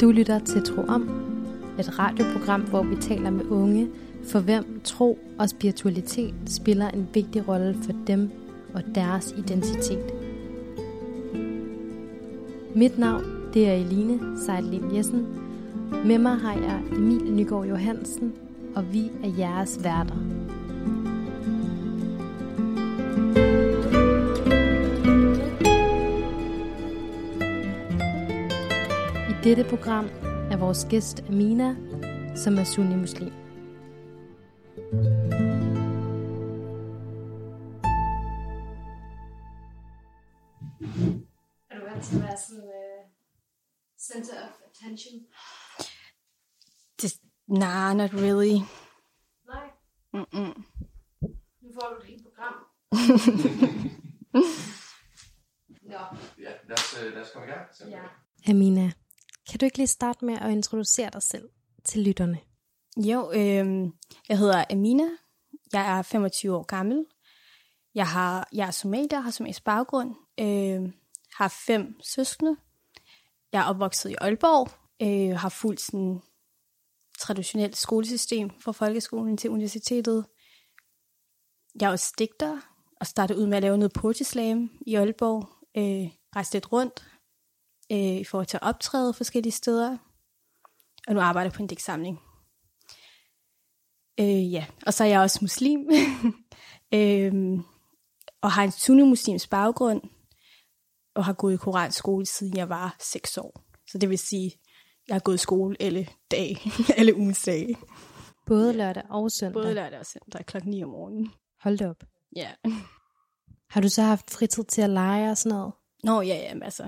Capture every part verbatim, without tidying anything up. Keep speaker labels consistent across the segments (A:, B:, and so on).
A: Du lytter til Tro Om, et radioprogram, hvor vi taler med unge, for hvem tro og spiritualitet spiller en vigtig rolle for dem og deres identitet. Mit navn, det er Eline Seidelin Jessen. Med mig har jeg Emil Nygaard Johansen, og vi er jeres værter. I dette program er vores gæst Amina, som er sunni-muslim. Er du vant til at være sådan uh, center of attention?
B: Just, nah, not really.
A: Nej.
B: Mm-mm.
A: Nu får du et helt program. Nå.
C: Ja, lad os, lad os komme i gang.
A: Ja. Amina, kan du ikke lige starte med at introducere dig selv til lytterne?
B: Jo, øh, jeg hedder Amina. Jeg er femogtyve år gammel. Jeg, har, jeg er somalier, har somalisk baggrund. Øh, har fem søskende. Jeg er opvokset i Aalborg. Øh, har fulgt sådan traditionelt skolesystem fra folkeskolen til universitetet. Jeg er også digter og startede ud med at lave noget poetry slam i Aalborg. Øh, rejste lidt rundt øh, i forhold til at optræde forskellige steder. Og nu arbejder jeg på en digtsamling. Øh, ja, og så er jeg også muslim. øh, og har en sunni-muslimsk baggrund. Og har gået i koranskole siden jeg var seks år. Så det vil sige, jeg har gået i skole alle dage, alle ugens dage.
A: Både lørdag og søndag?
B: Både lørdag og søndag, klokken ni om morgenen.
A: Hold da op.
B: Ja.
A: Har du så haft fritid til at lege og sådan noget?
B: Nå, ja, ja, masser.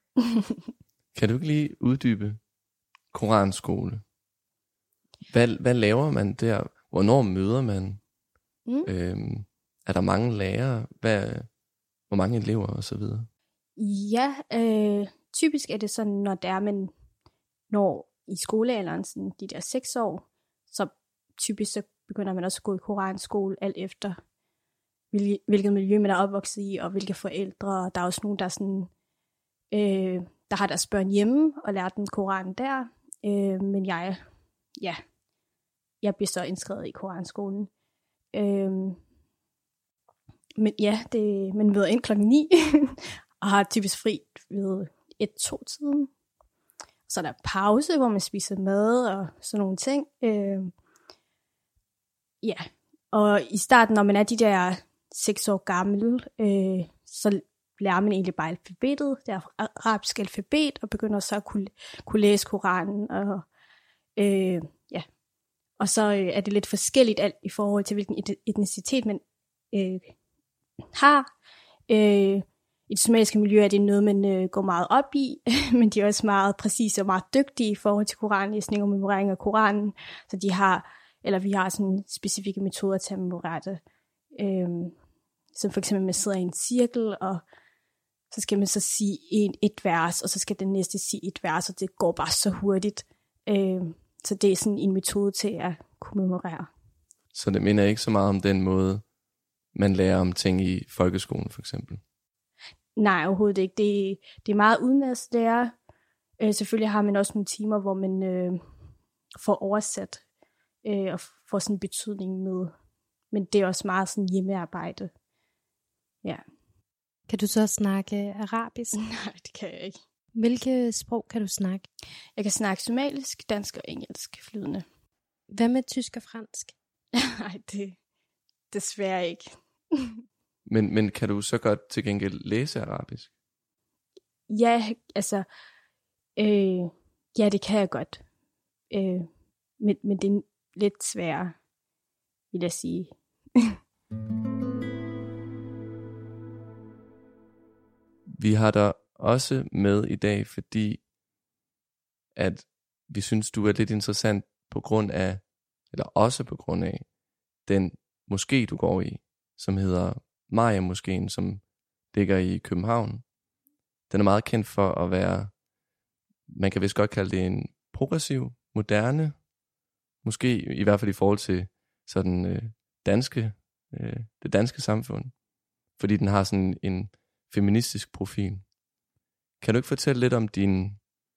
C: Kan du ikke lige uddybe koranskole? Hvad, hvad laver man der? Hvornår møder man?
B: Mm.
C: Øhm, er der mange lærere? Hvad, hvor mange elever og så videre?
B: Ja, øh, typisk er det sådan, når der er man når i skolealderen, sådan de der seks år, så typisk så begynder man også at gå i koranskole, alt efter hvil, hvilket miljø man er opvokset i, og hvilke forældre. Der er også nogen, der, sådan, øh, der har deres børn hjemme og lært den koran der, øh, men jeg, ja, jeg bliver så indskrevet i koranskolen. Øh, men ja, det, man møder ind klokken ni, og har typisk fri ved et-to-tiden. Så er der pause, hvor man spiser mad og sådan nogle ting. Øh, ja, og i starten, når man er de der seks år gammel, øh, så lærer man egentlig bare alfabetet, det er arabisk alfabet, og begynder så at kunne, kunne læse Koranen. Og, øh, ja. og så øh, er det lidt forskelligt alt i forhold til, hvilken etnicitet man øh, har. Øh, I det somaliske miljø er det noget, man øh, går meget op i, men de er også meget præcise og meget dygtige i forhold til koranlæsning og memorering af Koranen. Så de har, eller vi har sådan specifikke metoder til at memorere det. Øhm, som for eksempel, man sidder i en cirkel, og så skal man så sige en, et vers, og så skal den næste sige et vers, og det går bare så hurtigt. Øhm, så det er sådan en metode til at kunne memorere.
C: Så det minder ikke så meget om den måde, man lærer om ting i folkeskolen for eksempel?
B: Nej, overhovedet ikke. Det, det er meget udenadslære. Øh, selvfølgelig har man også nogle timer, hvor man øh, får oversat øh, og får sådan en betydning med. Men det er også meget sådan hjemmearbejde. Ja.
A: Kan du så snakke arabisk?
B: Nej, det kan jeg ikke.
A: Hvilke sprog kan du snakke?
B: Jeg kan snakke somalisk, dansk og engelsk flydende.
A: Hvad med tysk og fransk?
B: Nej, det desværre ikke.
C: Men, men kan du så godt til gengæld læse arabisk?
B: Ja, altså, øh, ja, det kan jeg godt. Øh, men, men det er lidt sværere, vil jeg sige.
C: Vi har dig også med i dag, fordi at vi synes, du er lidt interessant på grund af, eller også på grund af, den moské, du går i, som hedder Mariam-moskéen, som ligger i København. Den er meget kendt for at være, man kan vist godt kalde det en progressiv, moderne, måske i hvert fald i forhold til sådan øh, danske, øh, det danske samfund, fordi den har sådan en feministisk profil. Kan du ikke fortælle lidt om din,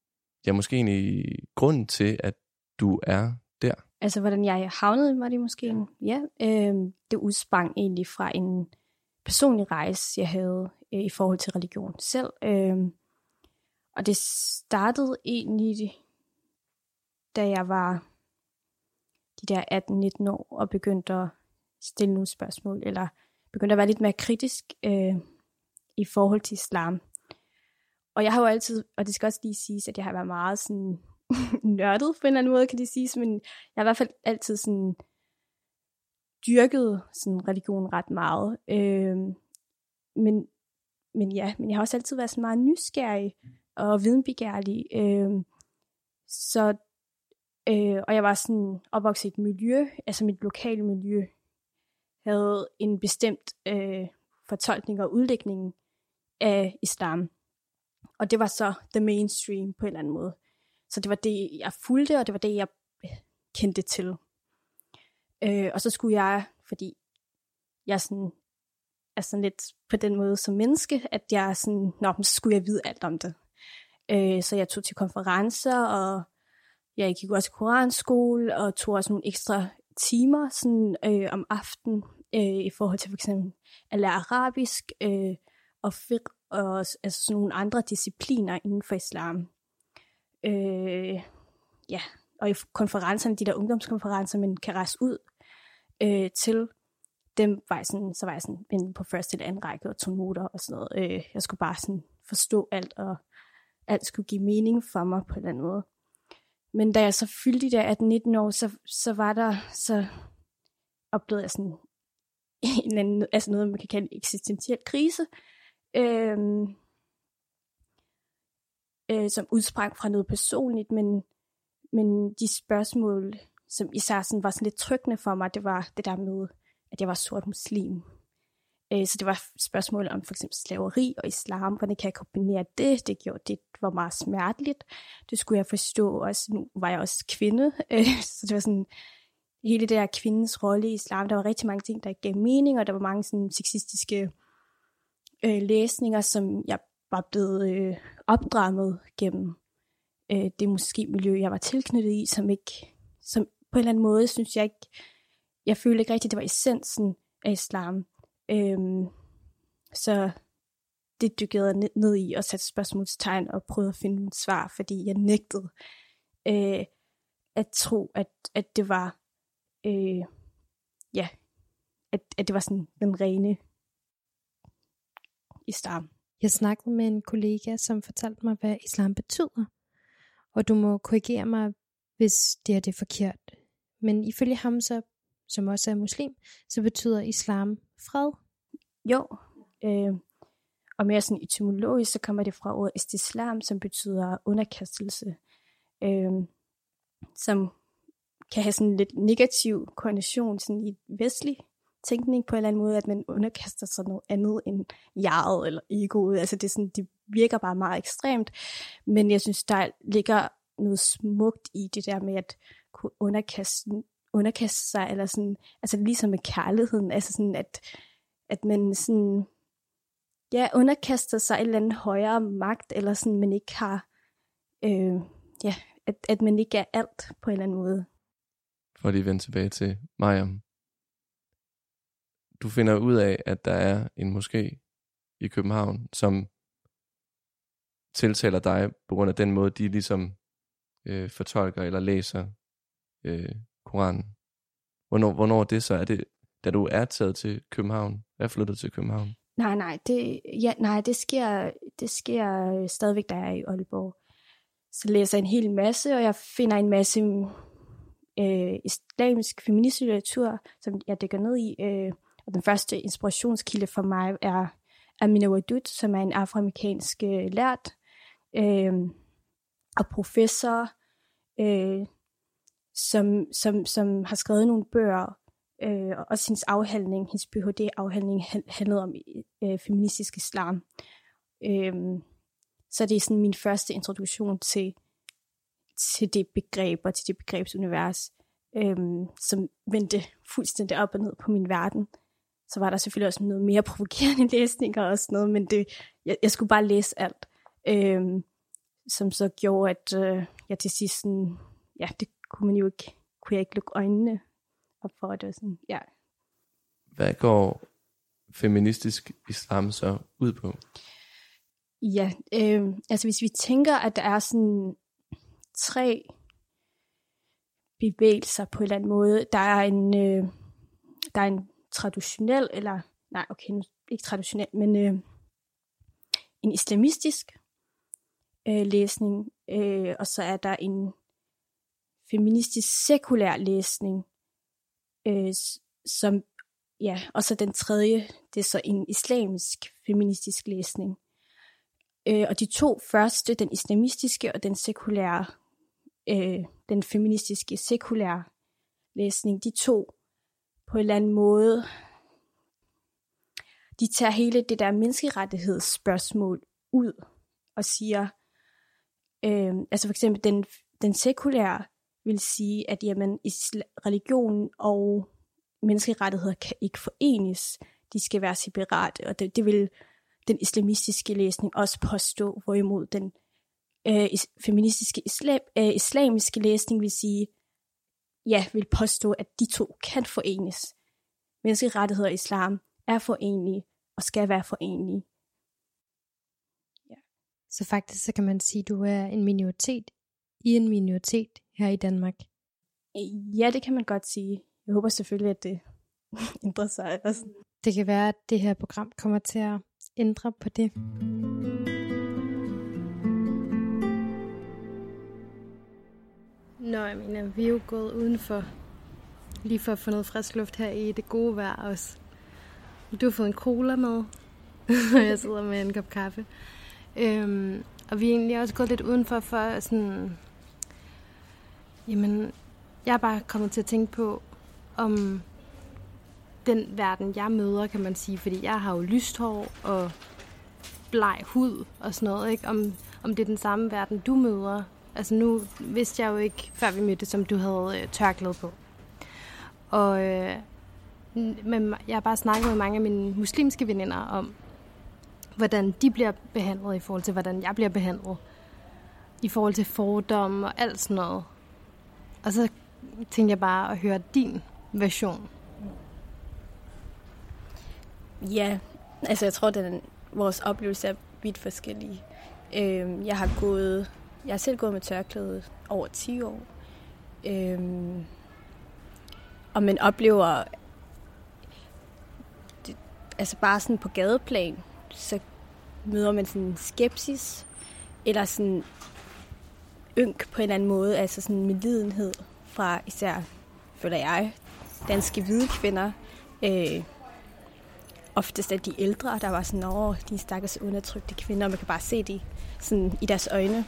C: ja, måske egentlig grunden til, at du er der?
B: Altså, hvordan jeg havnede i Mahdi-moskeen? Ja, øh, det udsprang egentlig fra en personlig rejse, jeg havde øh, i forhold til religion selv. Øh, og det startede egentlig, da jeg var de der atten nitten år, og begyndte at stille nogle spørgsmål, eller begyndte at være lidt mere kritisk øh, i forhold til islam. Og jeg har jo altid, og det skal også lige siges, at jeg har været meget sådan nørdet på en eller anden måde, kan det siges, men jeg har i hvert fald altid sådan dyrket sådan religion ret meget. Øh, men, men ja, men jeg har også altid været sådan meget nysgerrig og videnbegærlig. Øh, så, øh, og jeg var sådan opvokset i et miljø, altså mit lokale miljø, havde en bestemt øh, fortolkning og udlægning af islam. Og det var så the mainstream på en eller anden måde. Så det var det, jeg fulgte, og det var det, jeg kendte til. Øh, og så skulle jeg, fordi jeg sådan, er sådan lidt på den måde som menneske, at jeg sådan, nå, så skulle jeg vide alt om det. Øh, så jeg tog til konferencer, og jeg gik også i koranskole, og tog også nogle ekstra timer sådan, øh, om aftenen, øh, i forhold til for eksempel at lære arabisk, øh, og fiqh, og altså sådan nogle andre discipliner inden for islam. Øh, ja, og i konferencerne, de der ungdomskonferencer, man kan rejse ud øh, til, dem var jeg sådan, så var jeg sådan inde på første eller anden række og tog noter og sådan noget. Øh, jeg skulle bare sådan forstå alt, og alt skulle give mening for mig på en eller anden måde. Men da jeg så fyldte de der atten nitten år, så, så var der, så oplevede jeg sådan en eller anden, altså noget, man kan kalde en eksistentiel krise, øh, øh, som udsprang fra noget personligt, men, men de spørgsmål, som især sådan var sådan lidt trykkende for mig, det var det der med, at jeg var sort muslim. Øh, så det var spørgsmål om for eksempel slaveri og islam, hvordan kan jeg kombinere det? Det gjorde det var meget smerteligt. Det skulle jeg forstå også. Nu var jeg også kvinde, øh, så det var sådan hele det der kvindens rolle i islam. Der var rigtig mange ting, der ikke gav mening, og der var mange sådan sexistiske øh, læsninger, som jeg var blevet øh, opdraget gennem øh, det muslimmiljø, jeg var tilknyttet i, som ikke, som på en eller anden måde, synes jeg ikke, jeg følte ikke rigtigt, det var essensen af islam. Øhm, så det dykkede jeg ned i og satte spørgsmålstegn og prøvede at finde et svar, fordi jeg nægtede øh, at tro, at, at det var øh, ja, at, at det var sådan den rene islam.
A: Jeg snakkede med en kollega, som fortalte mig, hvad islam betyder, og du må korrigere mig, hvis det er det forkert. Men ifølge ham, så, som også er muslim, så betyder islam fred.
B: Jo, øh, og mere sådan etymologisk, så kommer det fra ordet istislam, som betyder underkastelse, øh, som kan have sådan lidt negativ konnotation sådan i vestlig tænkning på en eller anden måde, at man underkaster sig noget andet end jeget eller egoet. Altså det, er sådan, det virker bare meget ekstremt, men jeg synes, der ligger noget smukt i det der med at kunne underkaste, underkaste sig, eller sådan, altså ligesom med kærligheden, altså sådan at, at man sådan, ja, underkaster sig en eller anden højere magt, eller sådan, man ikke har, øh, ja, at, at man ikke er alt på en eller anden måde.
C: For lige at vende tilbage til Mariam. Du finder ud af, at der er en moské i København, som tiltaler dig på grund af den måde, de ligesom øh, fortolker eller læser øh, Koranen. Hvornår, hvornår er det så? Er det, da du er taget til København? Er flyttet til København?
B: Nej, nej, det, ja, nej, det sker, det sker stadigvæk, da jeg er i Aalborg. Så læser jeg en hel masse, og jeg finder en masse øh, islamisk feministisk litteratur, som jeg dykker ned i. Øh, og den første inspirationskilde for mig er Amina Wadud, som er en afroamerikansk øh, lært øh, og professor, øh, som, som, som har skrevet nogle bøger, øh, og også hendes afhandling, hendes P H D-afhandling handlede om øh, feministisk islam. Øh, så det er sådan min første introduktion til, til det begreb og til det begrebsunivers, øh, som vendte fuldstændig op og ned på min verden. Så var der selvfølgelig også noget mere provokerende læsning og også noget, men det, jeg, jeg skulle bare læse alt. Øh, som så gjorde, at øh, jeg til sidst sådan, ja, det kunne man jo ikke, kunne jeg ikke lukke øjnene op for, det sådan, ja.
C: Hvad går feministisk islam så ud på?
B: Ja, øh, altså hvis vi tænker, at der er sådan tre bevægelser på en eller anden måde, der er en, øh, der er en traditionel, eller nej, okay, ikke traditionel, men øh, en islamistisk øh, læsning, øh, og så er der en feministisk sekulær læsning, øh, som, ja, og så den tredje, det er så en islamisk feministisk læsning. Øh, og de to første, den islamistiske og den sekulære, øh, den feministiske sekulære læsning, de to på en eller anden måde, de tager hele det der menneskerettighedsspørgsmål ud og siger, øh, altså for eksempel den, den sekulære vil sige, at jamen, religion og menneskerettigheder kan ikke forenes, de skal være separate, og det, det vil den islamistiske læsning også påstå, hvorimod den øh, is, feministiske islam, øh, islamiske læsning vil sige, ja, vil påstå, at de to kan forenes. Menneskerettigheder og islam er forenlige og skal være forenlige.
A: Ja. Så faktisk så kan man sige, at du er en minoritet i en minoritet her i Danmark.
B: Ja, det kan man godt sige. Jeg håber selvfølgelig, at det ændrer sig.
A: Det kan være, at det her program kommer til at ændre på det. Nå, jeg mener, vi er jo gået udenfor, lige for at få noget frisk luft her i det gode vejr også. Du har fået en cola med, og jeg sidder med en kop kaffe. Øhm, og vi er egentlig også gået lidt udenfor for sådan, jamen, jeg er bare kommet til at tænke på, om den verden, jeg møder, kan man sige, fordi jeg har jo lyst hår og bleg hud og sådan noget, ikke? Om, om det er den samme verden, du møder. Altså nu vidste jeg jo ikke, før vi mødte, som du havde øh, tørklæde på. Og øh, men jeg har bare snakket med mange af mine muslimske veninder om, hvordan de bliver behandlet i forhold til, hvordan jeg bliver behandlet. I forhold til fordomme og alt sådan noget. Og så tænkte jeg bare at høre din version.
B: Ja, altså jeg tror, at vores oplevelse er vidt forskellige. Øhm, jeg har gået, jeg har selv gået med tørklæde over ti år. Øhm, og man oplever, det, altså bare sådan på gadeplan, så møder man sådan skepsis, eller sådan ynk på en eller anden måde, altså sådan medlidenhed fra især, føler jeg, danske hvide kvinder. Øh, oftest er de ældre, der var sådan, åh, de stakkels undertrykte kvinder, og man kan bare se det sådan i deres øjne.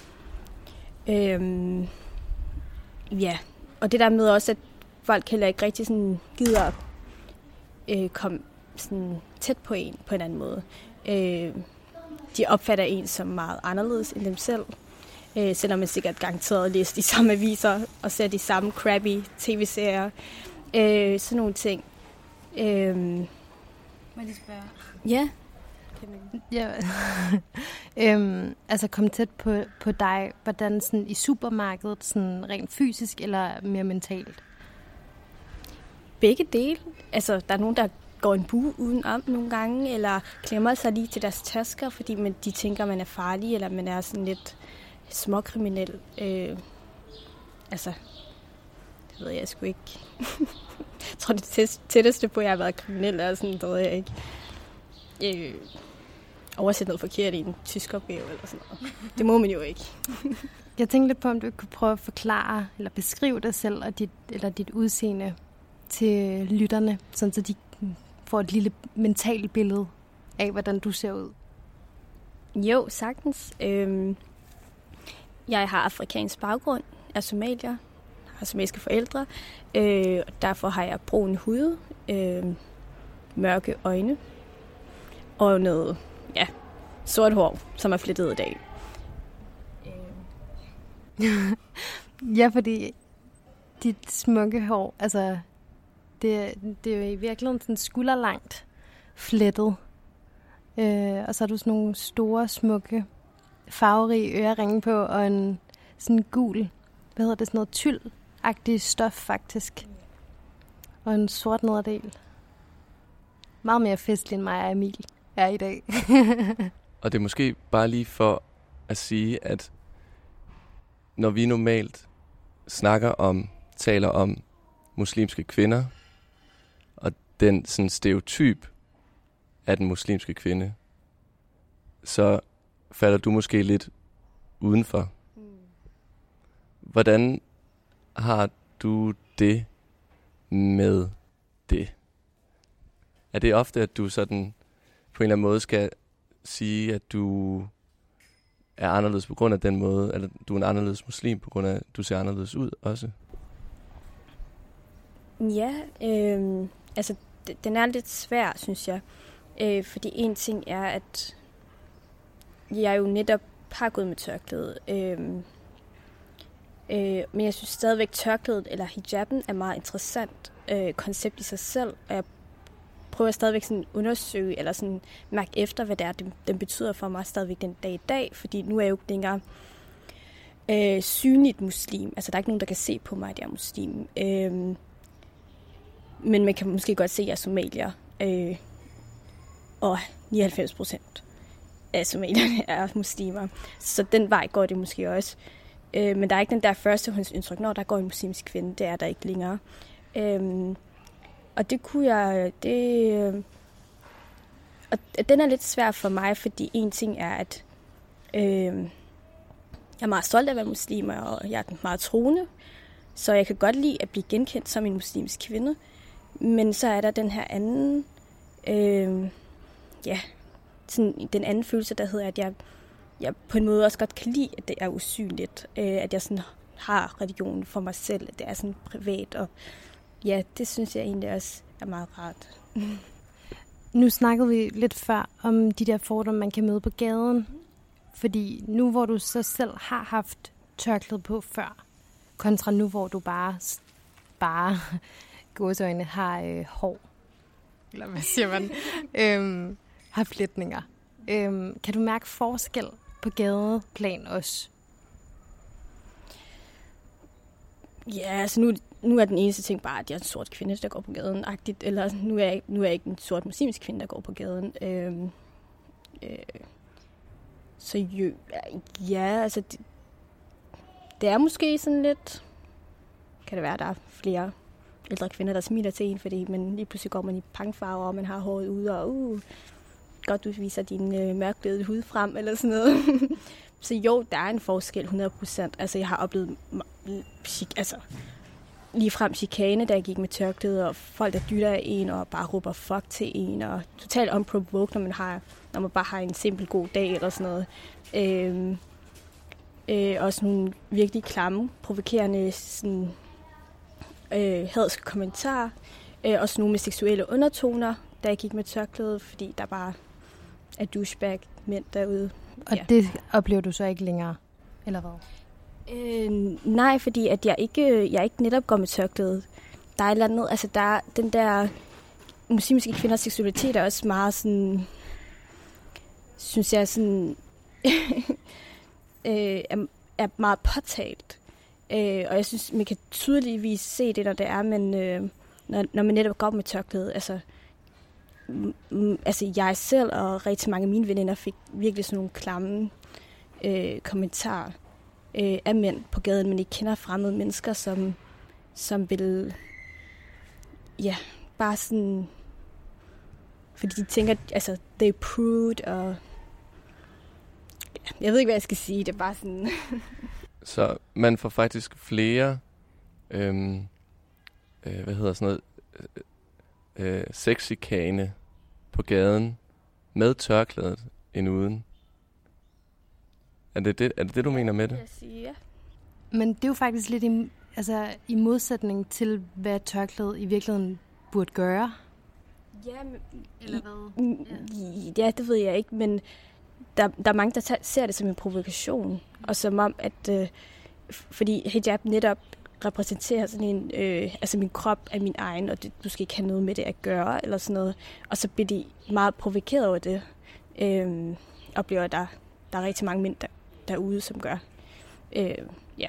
B: Øhm, ja, og det der med også, at folk heller ikke rigtig sådan gider øh, komme sådan tæt på en på en anden måde. Øh, de opfatter en som meget anderledes end dem selv. Øh, selvom man sikkert garanteret læser de samme aviser og ser de samme crappy tv-serier. Øh, sådan nogle ting. Øh,
A: Må jeg lige spørge?
B: Ja.
A: ja. øhm, altså komme tæt på, på dig, hvordan sådan i supermarkedet, sådan rent fysisk eller mere mentalt?
B: Begge dele. Altså, der er nogen, der går en bue udenom nogle gange, eller klemmer sig lige til deres tasker, fordi man, de tænker, man er farlig, eller man er sådan lidt småkriminel. Øh, altså, det ved jeg sgu ikke. Jeg tror, det tætteste på, at jeg har været kriminel, er sådan, det ved jeg ikke. Øh, oversætte noget forkert i en tysk opgave, eller sådan noget. Det må man jo ikke.
A: Jeg tænkte lidt på, om du kunne prøve at forklare, eller beskrive dig selv, og dit, eller dit udseende til lytterne, sådan så de får et lille mentalt billede af, hvordan du ser ud.
B: Jo, sagtens. Øhm, jeg har afrikansk baggrund, er somalier, har somaliske forældre, øh, derfor har jeg brun hud, øh, mørke øjne og noget, ja, sort hår, som er flettet i dag.
A: Ja, fordi dit smukke hår, altså det, det er jo i virkeligheden sådan skulderlangt flettet. Øh, og så har du sådan nogle store, smukke farverig øreringe på, og en sådan gul, hvad hedder det, sådan noget tyld-agtig stof faktisk. Og en sort nederdel. Meget mere festlig end mig og Emil er i dag.
C: Og det er måske bare lige for at sige, at når vi normalt snakker om, taler om muslimske kvinder, og den sådan stereotyp af den muslimske kvinde, så falder du måske lidt udenfor. Hvordan har du det med det? Er det ofte, at du sådan på en eller anden måde skal sige, at du er anderledes på grund af den måde, eller du er en anderledes muslim på grund af, at du ser anderledes ud også?
B: Ja, øh, altså d- den er lidt svær, synes jeg. Øh, fordi en ting er, at jeg jo netop har gået med tørklæde. Øh, øh, men jeg synes stadigvæk, tørklædet eller hijaben er meget interessant øh, koncept i sig selv. Og jeg prøver stadigvæk sådan undersøge, eller sådan mærke efter, hvad det er, den, den betyder for mig stadigvæk den dag i dag. Fordi nu er jeg jo ikke længere øh, synligt muslim. Altså der er ikke nogen, der kan se på mig, at jeg er muslim. Øh, men man kan måske godt se, at jeg er somalier. Øh, og nioghalvfems procent af somalierne er muslimer. Så den vej går det måske også. Øh, men der er ikke den der førstehåndsindtryk, når der går en muslimsk kvinde. Det er der ikke længere. Øh, og det kunne jeg... Det, øh, og den er lidt svær for mig, fordi en ting er, at øh, jeg er meget stolt af at være muslimer, og jeg er meget troende. Så jeg kan godt lide at blive genkendt som en muslimsk kvinde. Men så er der den her anden... Øh, ja, sådan den anden følelse, der hedder, at jeg, jeg på en måde også godt kan lide, at det er usynligt. Øh, at jeg sådan har religionen for mig selv, at det er sådan privat. Og ja, det synes jeg egentlig også er meget rart.
A: Nu snakkede vi lidt før om de der fordomme, man kan møde på gaden. Fordi nu, hvor du så selv har haft tørklæde på før, kontra nu, hvor du bare, bare gåseøjne har øh, hår. Eller hvad siger man? øhm, har flætninger. Øhm, kan du mærke forskel på gadeplan også?
B: Ja, altså nu, nu er den eneste ting bare, at jeg er en sort kvinde, der går på gaden. -agtigt. Eller nu er, jeg, nu er jeg ikke en sort muslimsk kvinde, der går på gaden. Øhm, øh, så jo, ja, altså det, det er måske sådan lidt... Kan det være, at der er flere ældre kvinder, der smiler til en, fordi man lige pludselig går man i pangfarver, og man har håret ude, og uh, godt du viser din øh, mørkbløde hud frem, eller sådan noget. Så jo, der er en forskel, hundrede procent. Altså, jeg har oplevet altså, ligefrem chikane, da jeg gik med tørklæde, og folk, der dytter af en, og bare råber fuck til en, og totalt unprovoked, når man, har, når man bare har en simpel god dag, eller sådan noget. Øhm, øh, også nogle virkelig klamme, provokerende, sådan... Øh, hadske kommentarer, øh, også nogle med seksuelle undertoner, da jeg gik med tørklæde, fordi der bare er douchebag mænd derude.
A: Og ja. Det oplever du så ikke længere, eller hvad?
B: Øh, nej, fordi at jeg ikke, jeg ikke netop går med tørklæde. Der er et eller andet, altså der den der muslimske kvinders seksualitet er også meget sådan, synes jeg sådan, øh, er, er meget påtalt. Øh, og jeg synes, man kan tydeligvis se det, når det er, men øh, når, når man netop går med tørklæde, altså, m- altså jeg selv og rigtig mange af mine veninder fik virkelig sådan nogle klamme øh, kommentarer øh, af mænd på gaden, men ikke kender fremmede mennesker, som, som vil, ja, bare sådan, fordi de tænker, altså, they prude, og ja, jeg ved ikke, hvad jeg skal sige, det er bare sådan...
C: Så man får faktisk flere, øhm, øh, hvad hedder sådan noget, øh, øh, sexikane på gaden med tørklædet end uden. Er det det, er det det, du mener med det?
B: Jeg sige, ja.
A: Men det er jo faktisk lidt i, altså, i modsætning til, hvad tørklædet i virkeligheden burde gøre.
B: Ja, men,
A: eller hvad?
B: Ja. ja, det ved jeg ikke, men der, der er mange, der tager, ser det som en provokation, og som om, at øh, fordi hijab netop repræsenterer sådan en, øh, altså min krop er min egen, og det, du skal ikke have noget med det at gøre, eller sådan noget, og så bliver de meget provokeret over det, øh, oplever der, der er rigtig mange mænd der, derude, som gør. Øh, ja.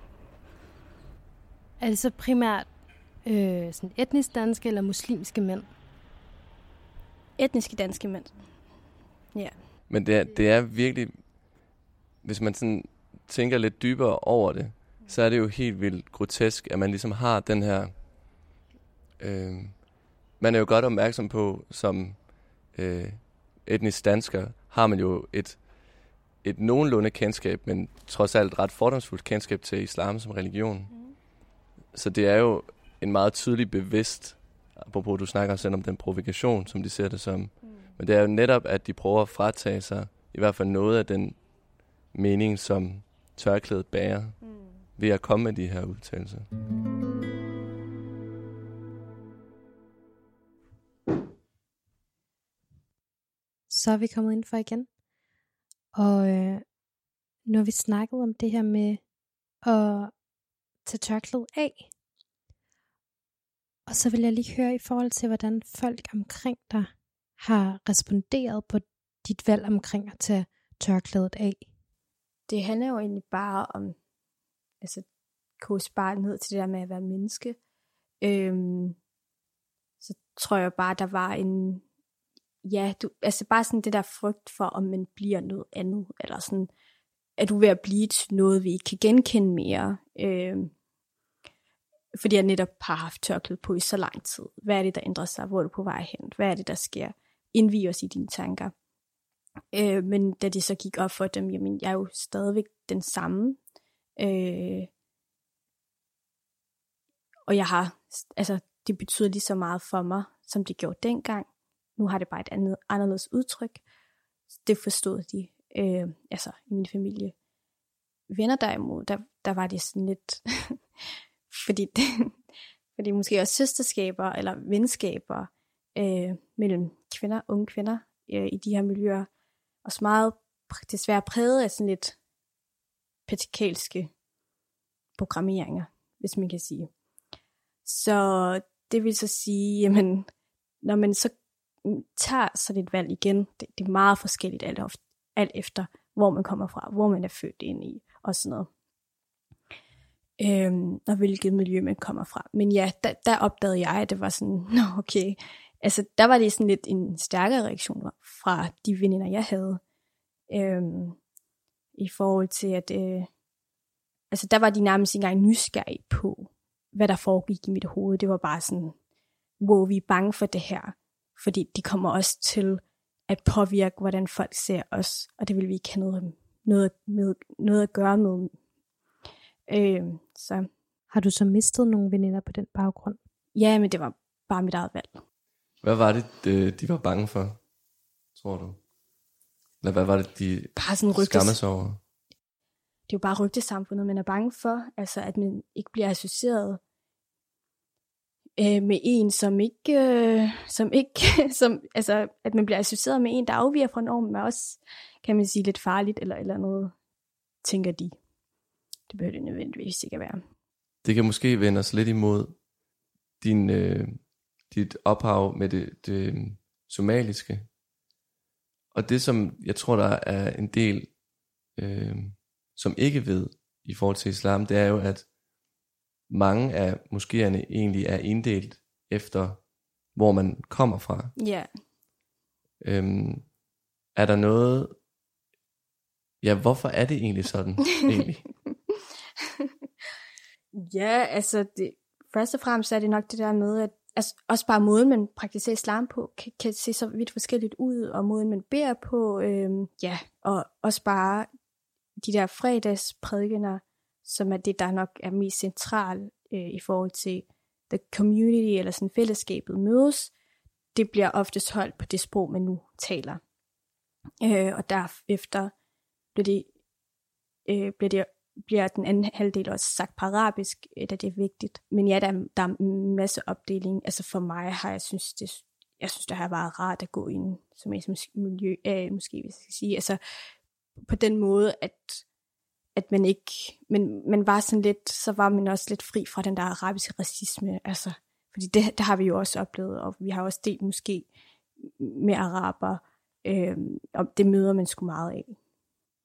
A: Er det så primært øh, sådan etnisk danske eller muslimske mænd?
B: Etniske danske mænd. Ja.
C: Men det er, det er virkelig, hvis man sådan tænker lidt dybere over det, så er det jo helt vildt grotesk, at man ligesom har den her... Øh, man er jo godt opmærksom på, som øh, etnisk dansker, har man jo et, et nogenlunde kendskab, men trods alt ret fordomsfuldt kendskab til islam som religion. Mm. Så det er jo en meget tydelig bevidst, apropos du snakker selv om den provokation, som de ser det som. Mm. Men det er jo netop, at de prøver at fratage sig i hvert fald noget af den mening, som tørklædet bærer, mm. ved at komme med de her udtalelser.
A: Så er vi kommet ind for igen. Og øh, nu har vi snakket om det her med at tage tørklædet af. Og så vil jeg lige høre i forhold til, hvordan folk omkring dig har responderet på dit valg omkring at tage tørklædet af.
B: Det handler jo egentlig bare om, altså, kose bare ned til det der med at være menneske. Øhm, så tror jeg bare, der var en, ja, du, altså bare sådan det der frygt for, om man bliver noget andet, eller sådan, er du ved at blive til noget, vi ikke kan genkende mere. Øhm, fordi jeg netop har haft tørklæde på i så lang tid. Hvad er det, der ændrer sig? Hvor er du på vej hen? Hvad er det, der sker? Indvig os i dine tanker. Øh, men da de så gik op for dem, jamen, jeg er jo stadigvæk den samme. Øh, og jeg har, altså, det betyder lige så meget for mig, som det gjorde dengang. Nu har det bare et andet, anderledes udtryk. Det forstod de, øh, altså, i min familie. Venner derimod, der, der var det sådan lidt... fordi, det, fordi måske også søsterskaber eller venskaber øh, mellem kvinder, unge kvinder øh, i de her miljøer, også meget desværre præget af sådan lidt patriarkalske programmeringer, hvis man kan sige. Så det vil så sige, jamen, når man så tager sådan et valg igen, det, det er meget forskelligt alt, ofte, alt efter, hvor man kommer fra, hvor man er født ind i, og sådan noget. Øhm, og hvilket miljø man kommer fra. Men ja, der, der opdagede jeg, at det var sådan, nå okay, altså der var det sådan lidt en stærkere reaktion fra de veninder, jeg havde, øhm, i forhold til, at øh, altså der var de nærmest ikke engang nysgerrige på, hvad der foregik i mit hoved. Det var bare sådan, wow, vi er bange for det her, fordi det kommer også til at påvirke, hvordan folk ser os, og det vil vi ikke have noget, noget, med, noget at gøre med. Øh, så.
A: Har du så mistet nogle veninder på den baggrund?
B: Ja, men det var bare mit eget valg.
C: Hvad var det, de var bange for, tror du? Eller hvad var det, de
B: bare sådan rygtes...
C: skammede sig over?
B: Det er jo bare rygtesamfundet, man er bange for. Altså, at man ikke bliver associeret øh, med en, som ikke... Øh, som ikke som, altså, at man bliver associeret med en, der afviger fra normen, er også, kan man sige, lidt farligt, eller, eller noget, tænker de. Det behøver det nødvendigvis ikke at være.
C: Det kan måske vende os lidt imod din, øh, dit ophav med det, det somaliske. Og det, som jeg tror, der er en del, øh, som ikke ved i forhold til islam, det er jo, at mange af moskéerne egentlig er inddelt efter, hvor man kommer fra.
B: Ja.
C: Yeah. Øhm, er der noget... Ja, hvorfor er det egentlig sådan, egentlig?
B: Ja, altså, det, først og fremmest er det nok det der med, at altså, også bare måden, man praktiserer islam på, kan, kan se så vidt forskelligt ud, og måden, man beder på, øhm, ja, og også bare de der fredagsprædikener, som er det, der nok er mest central øh, i forhold til the community, eller sådan fællesskabet mødes, det bliver oftest holdt på det sprog, man nu taler. Øh, og derefter bliver det, øh, bliver det bliver den anden halvdel også sagt på arabisk, da det er vigtigt. Men ja, der er, der er en masse opdeling. Altså for mig har jeg synes, det, jeg synes, det har været rart at gå ind som et miljø, øh, måske hvis jeg skal sige. Altså på den måde, at, at man ikke, men man var sådan lidt, så var man også lidt fri fra den der arabiske racisme. Altså, fordi det, det har vi jo også oplevet, og vi har også delt måske med araber, øh, og det møder man sgu meget af.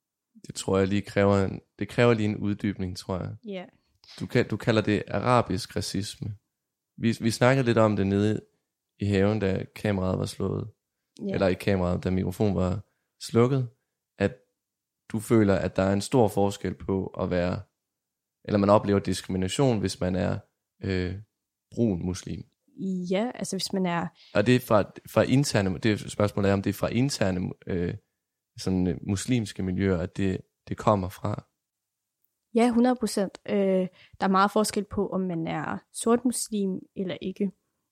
C: Det tror jeg lige kræver en, det kræver lige en uddybning, tror jeg.
B: Ja. Yeah.
C: Du, kan, du kalder det arabisk racisme. Vi, vi snakkede lidt om det nede i haven, da kameraet var slået. Yeah. Eller i kameraet, da mikrofonen var slukket. At du føler, at der er en stor forskel på at være, eller man oplever diskrimination, hvis man er øh, brun muslim.
B: Ja, altså hvis man er...
C: Og det er fra, fra interne, det er spørgsmålet er, om det er fra interne øh, sådan, øh, muslimske miljøer, at det, det kommer fra.
B: Ja, hundrede procent. Øh, der er meget forskel på, om man er sort muslim eller ikke.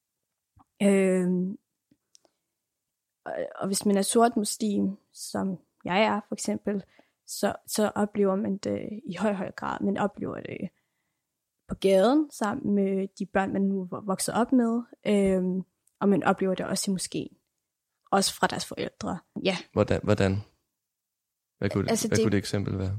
B: Øh, og, og hvis man er sort muslim, som jeg er for eksempel, så, så oplever man det i høj, høj grad. Man oplever det på gaden sammen med de børn, man nu vokser op med. Øh, og man oplever det også i moskeen. Også fra deres forældre. Ja.
C: Hvordan? hvordan? Hvad, kunne,
B: altså,
C: hvad
B: det,
C: kunne det eksempel være?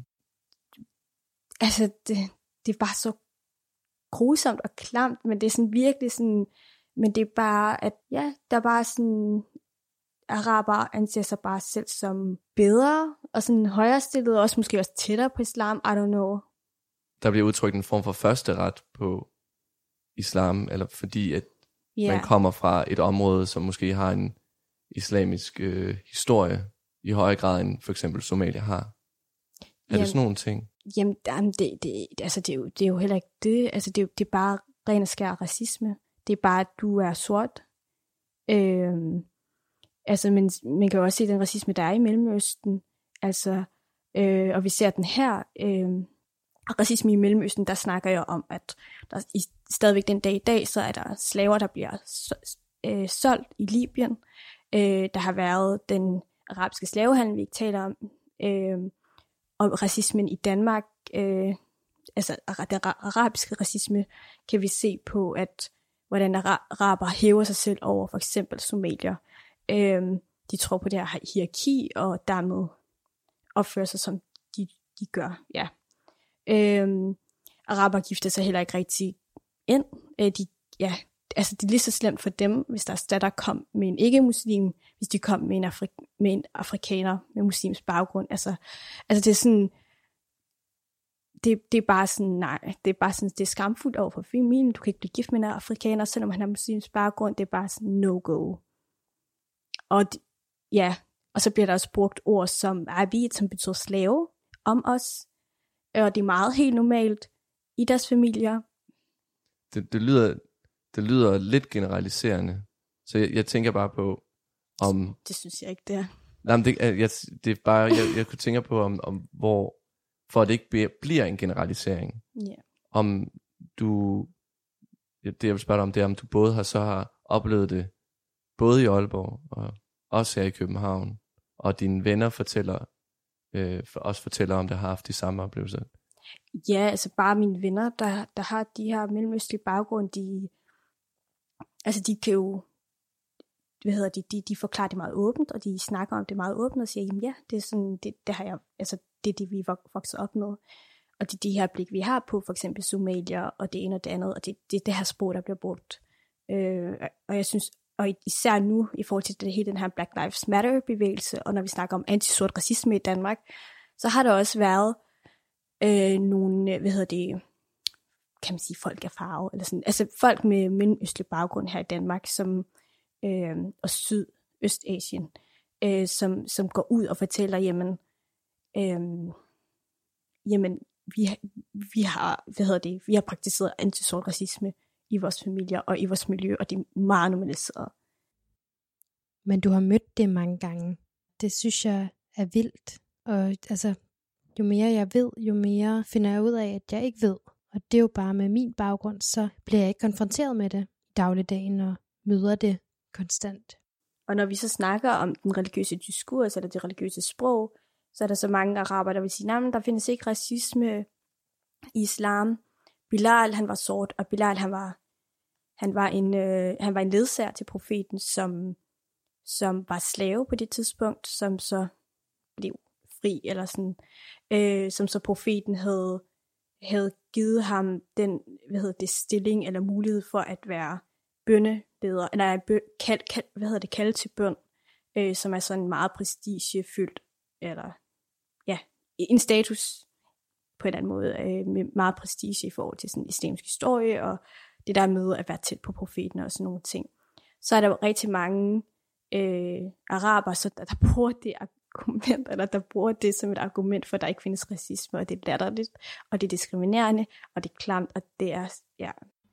B: Altså, det, det er bare så grusomt og klamt, men det er sådan virkelig sådan, men det er bare, at ja, der er bare sådan, araber anser sig bare selv som bedre, og sådan højere stillet, og også måske også tættere på islam, I don't know.
C: Der bliver udtrykt en form for første ret på islam, eller fordi at yeah. man kommer fra et område, som måske har en islamisk øh, historie, i højere grad end for eksempel Somalia har. Er jamen, det sådan nogle ting?
B: Jamen, det, det, altså, det, er jo, det er jo heller ikke det. Altså, det, er, det er bare ren og skær racisme. Det er bare, at du er sort. Øhm, altså, men man kan jo også se den racisme, der er i Mellemøsten. Altså, øh, og vi ser den her. Øh, racisme i Mellemøsten, der snakker jeg om, at der i, stadigvæk den dag i dag, så er der slaver, der bliver øh, solgt i Libyen. Øh, der har været den arabiske slavehandel, vi ikke taler om. Øh, og racismen i Danmark, øh, altså den arabiske racisme, kan vi se på, at hvordan araber hæver sig selv over for eksempel somalier. Øh, de tror på det her hierarki, og dermed opfører sig, som de, de gør. Ja. Øh, araber gifter sig heller ikke rigtig ind. Øh, de, ja, altså det er lige så slemt for dem, hvis deres datter kom med en ikke-muslim, hvis de kom med en, Afri- med en afrikaner med muslims baggrund. Altså, altså det er sådan, det, det er bare sådan, nej, det er bare sådan, det er skamfuldt over for familien. Du kan ikke blive gift med en afrikaner, selvom han har muslims baggrund. Det er bare sådan no-go. Og ja, og så bliver der også brugt ord som abid, som betyder slave, om os. Og det er meget helt normalt i deres familier.
C: Det, det lyder... Det lyder lidt generaliserende. Så jeg, jeg tænker bare på, om...
B: Det synes jeg ikke, det er.
C: Nej, men det, jeg, det er bare, jeg, jeg kunne tænke på, om, om hvor, for at det ikke bliver en generalisering.
B: Yeah.
C: Om du... Det jeg vil spørge dig om, det er, om du både har så har oplevet det, både i Aalborg, og også her i København, og dine venner fortæller, øh, for, også fortæller om, det har haft de samme oplevelser.
B: Ja, altså bare mine venner, der, der har de her mellemøstlige baggrund, de... Altså de kan jo, hvad hedder de, de, de forklarer det meget åbent, og de snakker om det meget åbent, og siger, jamen ja, det er sådan, det, det har jeg, altså det er det, vi er vokset op med. Og det er de her blik, vi har på, for eksempel somalier, og det ene og det andet, og det, det er det her sprog, der bliver brugt. Øh, og jeg synes, og især nu, i forhold til det, hele den her Black Lives Matter bevægelse, og når vi snakker om antisort racisme i Danmark, så har der også været øh, nogle, hvad hedder det, kan man sige, folk af farve, eller sådan, altså folk med mellemøstlig baggrund her i Danmark, som, øh, og Sydøstasien, øh, som, som går ud og fortæller, jamen, øh, jamen, vi, vi har, hvad hedder det, vi har praktiseret antisort racisme i vores familier og i vores miljø, og det er meget normaliseret.
A: Men du har mødt det mange gange. Det synes jeg er vildt, og altså, jo mere jeg ved, jo mere finder jeg ud af, at jeg ikke ved. Og det er jo bare med min baggrund, så bliver jeg ikke konfronteret med det i dagligdagen og møder det konstant.
B: Og når vi så snakker om den religiøse diskurs eller det religiøse sprog, så er der så mange araber, der vil sige, nej, der findes ikke racisme i islam. Bilal, han var sort, og Bilal, han var, han var, en, øh, han var en ledsager til profeten, som, som var slave på det tidspunkt, som så blev fri, eller sådan, øh, som så profeten havde havde givet ham den, hvad hedder det, stilling eller mulighed for at være bønneleder, eller bø, kald, kald, hvad hedder det, kalde til bøn, øh, som er sådan meget prestigefyldt, eller ja, en status på en eller anden måde, øh, med meget prestige i forhold til sådan islamisk historie, og det der med at være tæt på profeten og sådan nogle ting. Så er der jo rigtig mange øh, araber, så der, der bruger det argument, eller der bruger det som et argument for, at der ikke findes racisme, og det er latterligt, og det er diskriminerende, og det er klamt, og det er, ja.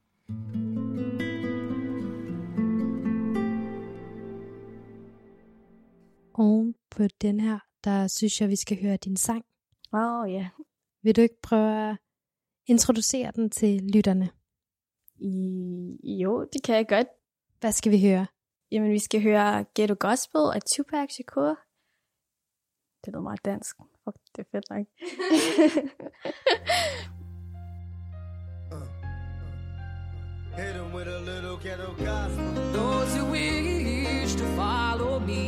A: Og på den her, der synes jeg, vi skal høre din sang.
B: Åh, oh, ja. Yeah.
A: Vil du ikke prøve at introducere den til lytterne?
B: I, jo, det kan jeg godt.
A: Hvad skal vi høre?
B: Jamen, vi skal høre Ghetto Gospel af Tupac Shakur. Det lyder meget dansk. Fuck, det er fedt nok.
D: Hit him with a little ghetto gospel.
E: Those who wish to follow me,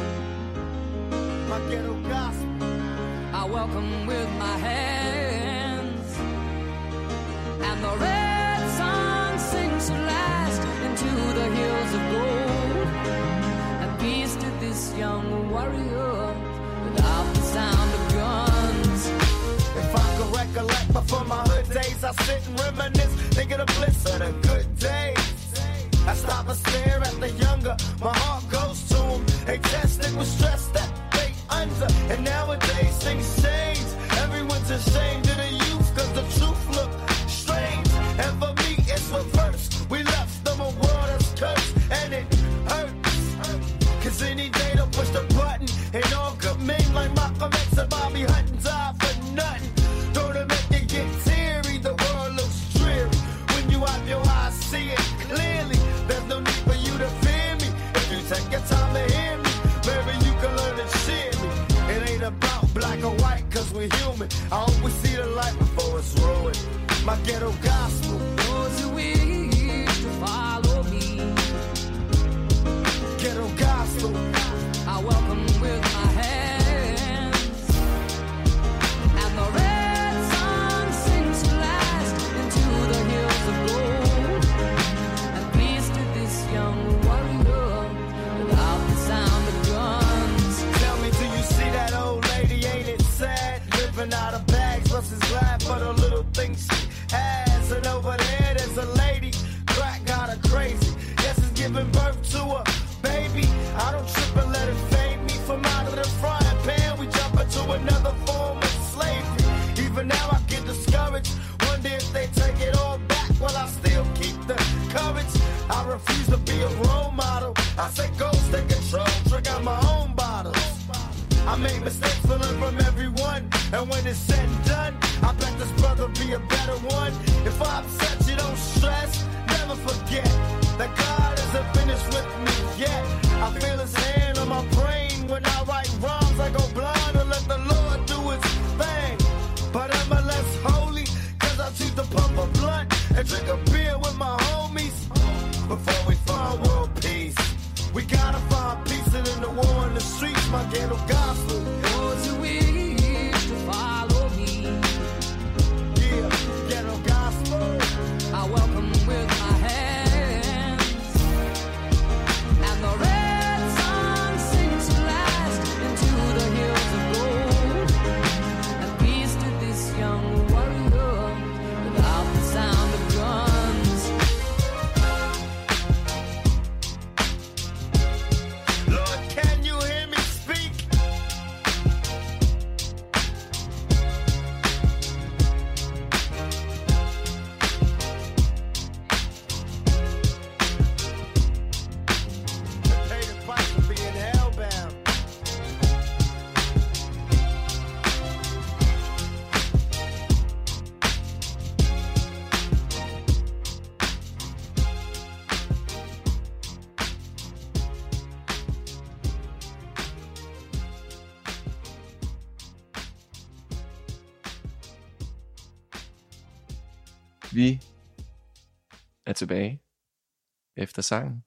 D: My ghetto gospel.
E: I welcome with my hands. And the red sun sinks at last into the hills of gold. And peace to this young warrior without the sound of guns.
D: If I could recollect before my hood days, I sit and reminisce, think of the bliss of the good days. I stop and stare at the younger, my heart goes to them. They tested with stress that they under, and nowadays things change. Everyone's ashamed of the youth, cause the truth look strange. And for me it's reverse, we left them a world that's cursed, and it hurts. Cause any day they'll push the button, and all good men like Malcolm X and Bobby Hutton die for nothing. Don't it make you get teary, the world looks dreary. When you have your eyes see it clearly, there's no need for you to fear me. If you take your time to hear me, maybe you can learn to cheer me. It ain't about black or white, cause we're human. I hope we see the light before it's ruined. My ghetto gospel.
E: Those who wish to follow me,
D: Ghetto gospel.
E: I welcome with my hands. And the red sun sinks at last into the hills of gold. And peace to this young warrior without the sound of guns.
D: Tell me, do you see that old lady? Ain't it sad? Living out of bags, plus is glad for the little things she has. And over there, there's a lady, crack got her crazy. Yes, it's giving birth to a baby. I don't trip and let it fade me from out of the frying pan. We jump into another form of slavery. Even now I get discouraged. Wonder if they take it all back. Well, I still keep the courage. I refuse to be a role model. I say go, take control, drink out my own bottles. I make mistakes to learn from everyone, and when it's said and done, I bet this brother be a better one. If I upset you, don't stress, never forget that God isn't finished with me yet. I feel his hand on my brain when I write rhymes. I go blind and let the Lord do his thing. But am I less holy? Cause I choose to pump a blunt and drink a beer with my homies. Before we find world peace, we gotta find peace in the war in the streets. My ghetto gospel.
E: Those who wish to follow me,
D: Yeah, ghetto gospel.
E: I welcome with my hands. And the red sun sinks at last into the hills of gold. And peace to this young warrior without the sound of guns.
D: Lord, can you hear me speak? Pay the price for being hellbound.
C: Vi er tilbage efter sangen.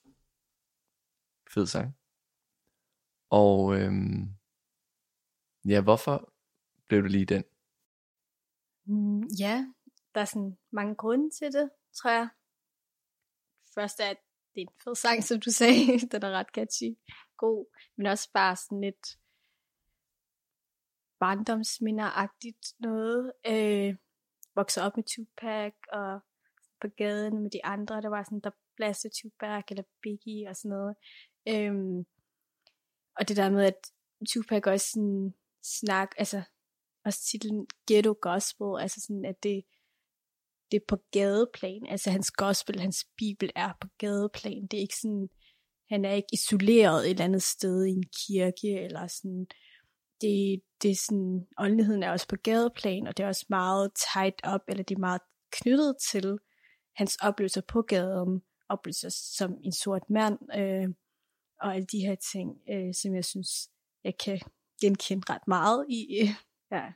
C: Fed sang. Og øhm, ja, hvorfor blev det lige den?
B: Mm, ja, der er sådan mange grunde til det, tror jeg. Først er, at det er en fed sang, som du sagde. Den er ret catchy, god, men også bare sådan lidt barndomsminder-agtigt noget. Øh, voksede op med Tupac, og på gaden med de andre, der var sådan, der blæste Tupac eller Biggie og sådan noget. Øhm, og det der med, at Tupac også sådan snak, altså også titlen Ghetto Gospel, altså sådan, at det, det er på gadeplan, altså hans gospel, hans bibel er på gadeplan, det er ikke sådan, han er ikke isoleret et eller andet sted i en kirke, eller sådan, det, det er sådan, åndeligheden er også på gadeplan, og det er også meget tight up, eller det er meget knyttet til hans oplevelser på gaden, oplevelser som en sort mand, øh, og alle de her ting, øh, som jeg synes, jeg kan genkende ret meget i. Ja.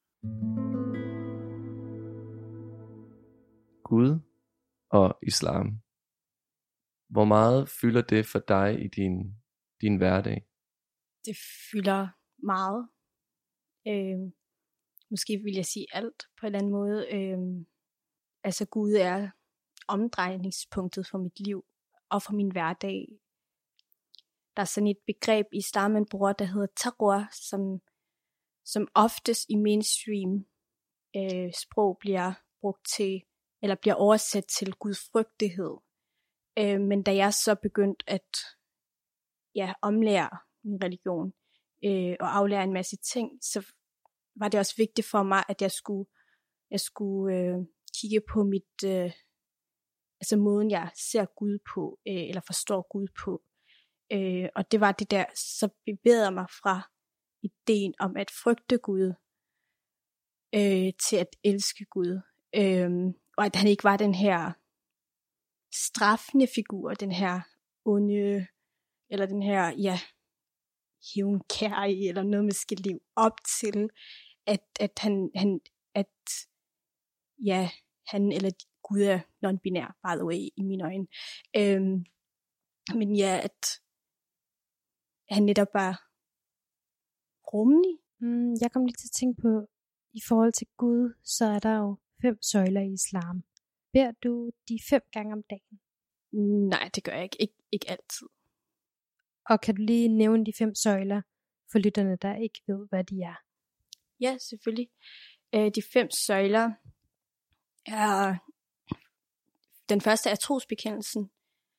C: Gud og islam. Hvor meget fylder det for dig i din, din hverdag?
B: Det fylder meget. Øh, måske vil jeg sige alt på en eller anden måde. Øh, altså Gud er omdrejningspunktet for mit liv og for min hverdag. Der er sådan et begreb i islam, man bruger, der hedder taqwa, som, som oftest i mainstream øh, sprog bliver brugt til, eller bliver oversat til gudfrygtighed. Øh, men da jeg så begyndte at ja, omlære min religion øh, og aflære en masse ting, så var det også vigtigt for mig, at jeg skulle, jeg skulle øh, kigge på mit, øh, altså måden jeg ser Gud på, øh, eller forstår Gud på. Øh, og det var det der, så bevægede mig fra ideen om at frygte Gud, øh, til at elske Gud. Øh, og at han ikke var den her straffende figur, den her onde, eller den her, ja, hævnkærige, eller noget, man skal leve op til, at, at han, han, at, ja, han eller Gud er non-binær, by the way, i mine øjne. Øhm, men ja, at han netop var rummelig.
A: Mm, jeg kom lige til at tænke på, i forhold til Gud, så er der jo fem søjler i islam. Beder du de fem gange om dagen?
B: Nej, det gør jeg ikke. Ik- ikke altid.
A: Og kan du lige nævne de fem søjler for lytterne, der ikke ved, hvad de er?
B: Ja, selvfølgelig. Øh, de fem søjler er, den første er trosbekendelsen,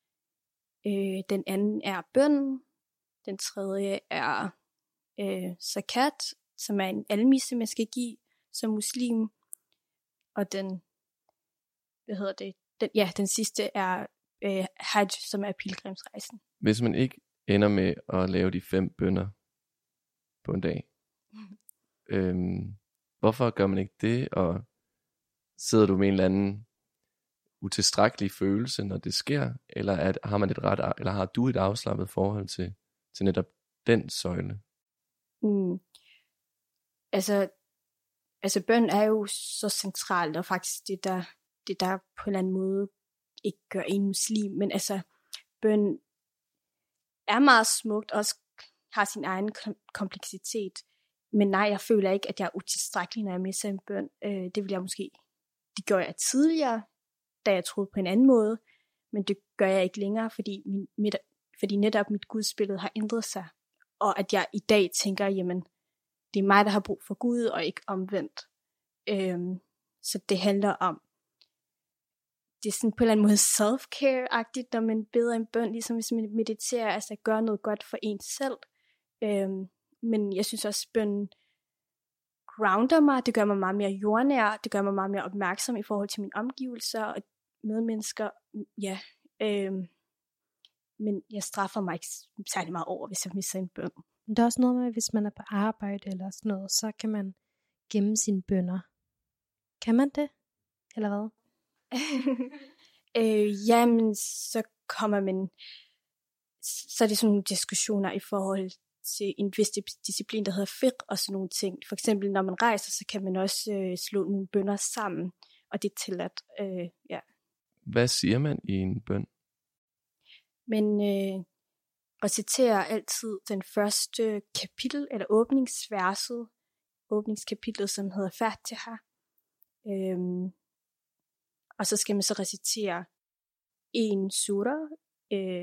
B: øh, den anden er bønnen, den tredje er øh, zakat, som er en almisse, man skal give som muslim, og den, hvad hedder det, den, ja, den sidste er øh, hajj, som er pilgrimsrejsen.
C: Hvis man ikke ender med at lave de fem bønner på en dag, mm. øhm, hvorfor gør man ikke det, og sidder du med en eller anden utilstrækkelig følelse, når det sker, eller er, har man et ret, eller har du et afslappet forhold til, til netop den søjle?
B: Mm. Altså, altså bøn er jo så centralt, og faktisk det der, det der på en eller anden måde ikke gør en muslim, men altså bøn er meget smukt, også har sin egen kompleksitet, men nej, jeg føler ikke, at jeg er utilstrækkelig, når jeg misser en bøn. Øh, det vil jeg måske, det gør jeg tidligere, da jeg troede på en anden måde, men det gør jeg ikke længere, fordi, min, mit, fordi netop mit gudsbillede har ændret sig, og at jeg i dag tænker, jamen, det er mig, der har brug for Gud, og ikke omvendt. Øhm, så det handler om, det er sådan på en eller anden måde self-care-agtigt, når man beder en bøn, ligesom hvis man mediterer, altså at gøre noget godt for en selv. Øhm, men jeg synes også, at bønnen grounder mig, det gør mig meget mere jordnær, det gør mig meget mere opmærksom i forhold til mine omgivelser og medmennesker. Ja, øhm, men jeg straffer mig ikke særlig meget over, hvis jeg misser en bøn.
A: Men der er også noget med, at hvis man er på arbejde eller sådan noget, så kan man gemme sine bønner. Kan man det? Eller hvad?
B: øh, jamen, så kommer man, så er det sådan nogle diskussioner i forhold til en vis disciplin, der hedder fiqh og sådan nogle ting. For eksempel, når man rejser, så kan man også øh, slå nogle bønner sammen, og det er tilladt. Øh, ja.
C: Hvad siger man i en bøn?
B: Men øh, reciterer altid den første kapitel, eller åbningsverset, åbningskapitlet, som hedder Fatiha. Øhm, og så skal man så recitere en sura, øh,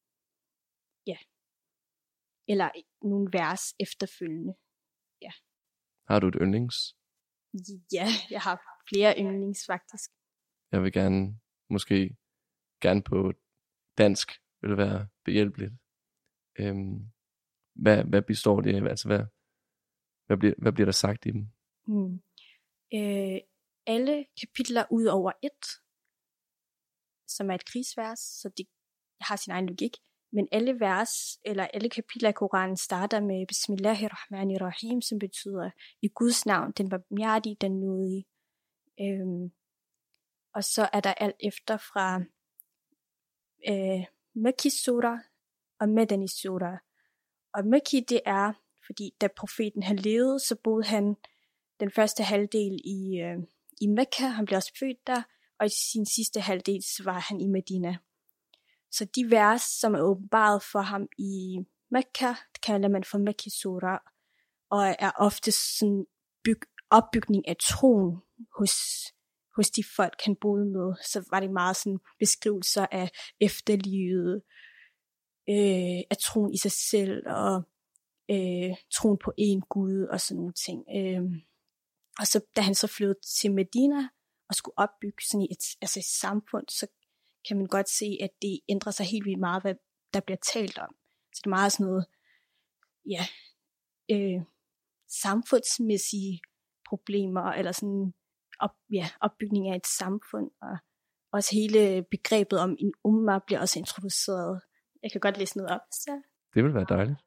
B: ja, eller nogle vers efterfølgende. Ja.
C: Har du et yndlings?
B: Ja, jeg har flere yndlings faktisk.
C: Jeg vil gerne, måske gerne på dansk, vil det være behjælpeligt. Øhm, hvad, hvad består det af? Altså, hvad, hvad, bliver, hvad bliver der sagt i dem?
B: Mm. Øh, alle kapitler ud over et, som er et krigsvers, så de har sin egen logik, men alle vers, eller alle kapitler i Koranen starter med Bismillahirrahmanirrahim, som betyder i Guds navn, den barmhjertige, den nådige. Øhm, og så er der alt efter fra øh, Makki Surah og Madani Surah. Og Makki, det er, fordi da profeten han levede, så boede han den første halvdel i, øh, i Mekka, han blev også født der, og i sin sidste halvdel, så var han i Medina. Så de vers, som er åbenbaret for ham i Mekka, kalder man for Makki Surah, og er ofte sådan byg, opbygning af troen hos, hos de folk, han boede med. Så var det meget sådan beskrivelser af efterlivet, øh, af troen i sig selv, og øh, troen på én Gud, og sådan nogle ting. Øh, og så da han så flyttede til Medina, og skulle opbygge sådan et, altså et samfund, så kan man godt se, at det ændrer sig helt vildt meget, hvad der bliver talt om. Så det er meget sådan noget, ja, øh, samfundsmæssige problemer, eller sådan op, ja, opbygning af et samfund, og også hele begrebet om en umma bliver også introduceret. Jeg kan godt læse noget op. Så.
C: Det vil være dejligt.